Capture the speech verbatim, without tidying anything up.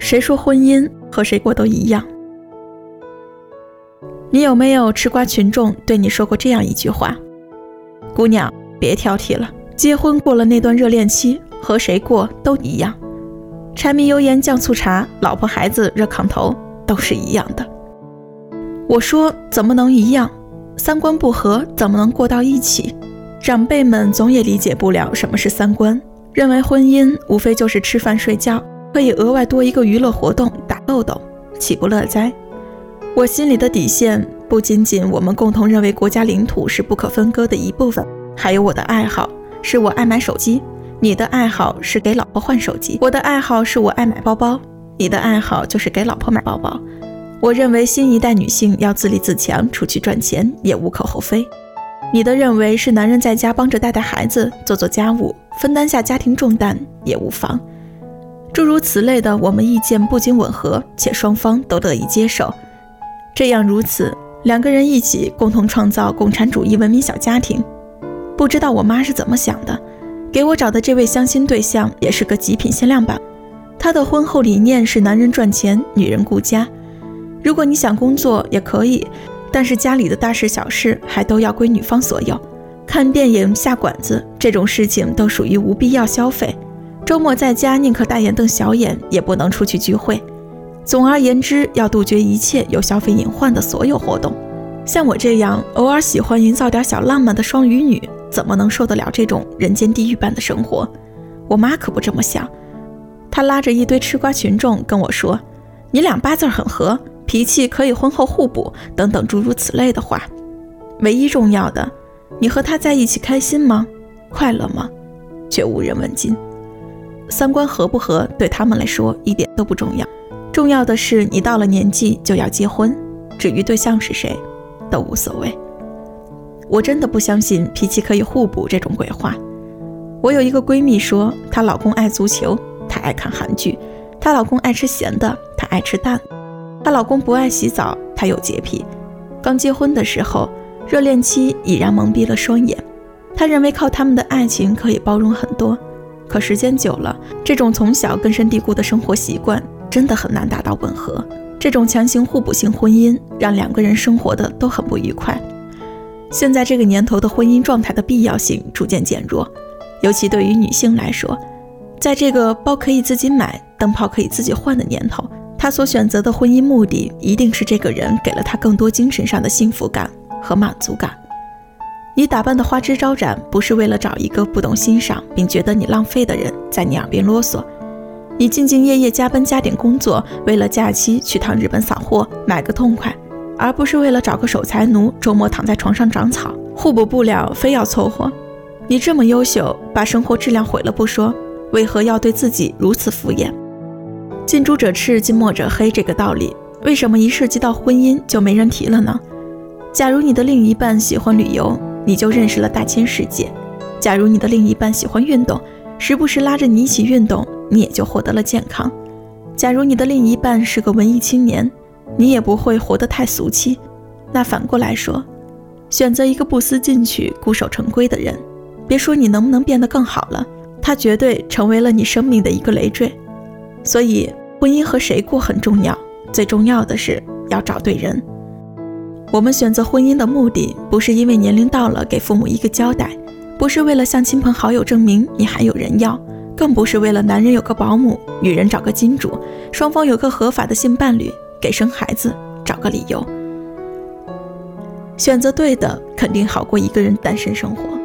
谁说婚姻和谁过都一样？你有没有吃瓜群众对你说过这样一句话：姑娘，别挑剔了，结婚过了那段热恋期，和谁过都一样。柴米油盐酱醋茶，老婆孩子热炕头，都是一样的。我说怎么能一样？三观不合怎么能过到一起？长辈们总也理解不了什么是三观，认为婚姻无非就是吃饭睡觉，可以额外多一个娱乐活动打豆豆，岂不乐哉？我心里的底线不仅仅我们共同认为国家领土是不可分割的一部分，还有我的爱好，是我爱买手机，你的爱好是给老婆换手机，我的爱好是我爱买包包，你的爱好就是给老婆买包包。我认为新一代女性要自立自强，出去赚钱也无可厚非。你的认为是男人在家帮着带带孩子，做做家务，分担下家庭重担也无妨。诸如此类的，我们意见不仅吻合，且双方都得以接受。这样如此，两个人一起共同创造共产主义文明小家庭。不知道我妈是怎么想的，给我找的这位相亲对象也是个极品限量版。他的婚后理念是男人赚钱，女人顾家。如果你想工作也可以，但是家里的大事小事还都要归女方所有。看电影、下馆子这种事情都属于无必要消费。周末在家宁可大眼瞪小眼，也不能出去聚会。总而言之，要杜绝一切有消费隐患的所有活动。像我这样偶尔喜欢营造点小浪漫的双鱼女，怎么能受得了这种人间地狱般的生活？我妈可不这么想，她拉着一堆吃瓜群众跟我说：你俩八字很合，脾气可以婚后互补，等等诸如此类的话。唯一重要的，你和他在一起开心吗？快乐吗？却无人问津。三观合不合对他们来说一点都不重要，重要的是你到了年纪就要结婚，至于对象是谁都无所谓。我真的不相信脾气可以互补这种鬼话。我有一个闺蜜说，她老公爱足球，她爱看韩剧，她老公爱吃咸的，她爱吃淡，她老公不爱洗澡，她有洁癖。刚结婚的时候，热恋期已然蒙蔽了双眼，她认为靠他们的爱情可以包容很多，可时间久了，这种从小根深蒂固的生活习惯真的很难达到吻合。这种强行互补性婚姻让两个人生活的都很不愉快。现在这个年头的婚姻状态的必要性逐渐减弱，尤其对于女性来说，在这个包可以自己买，灯泡可以自己换的年头，她所选择的婚姻目的一定是这个人给了她更多精神上的幸福感和满足感。你打扮的花枝招展，不是为了找一个不懂欣赏并觉得你浪费的人在你耳边啰嗦。你兢兢业业加班加点工作，为了假期去趟日本扫货买个痛快，而不是为了找个守财奴周末躺在床上长草。互补不了非要凑合。你这么优秀，把生活质量毁了不说，为何要对自己如此敷衍？近朱者赤，近墨者黑这个道理，为什么一涉及到婚姻就没人提了呢？假如你的另一半喜欢旅游，你就认识了大千世界；假如你的另一半喜欢运动，时不时拉着你一起运动，你也就获得了健康。假如你的另一半是个文艺青年，你也不会活得太俗气。那反过来说，选择一个不思进取、固守成规的人，别说你能不能变得更好了，他绝对成为了你生命的一个累赘。所以婚姻和谁过很重要，最重要的是要找对人。我们选择婚姻的目的，不是因为年龄到了给父母一个交代，不是为了向亲朋好友证明你还有人要，更不是为了男人有个保姆，女人找个金主，双方有个合法的性伴侣，给生孩子找个理由。选择对的，肯定好过一个人单身生活。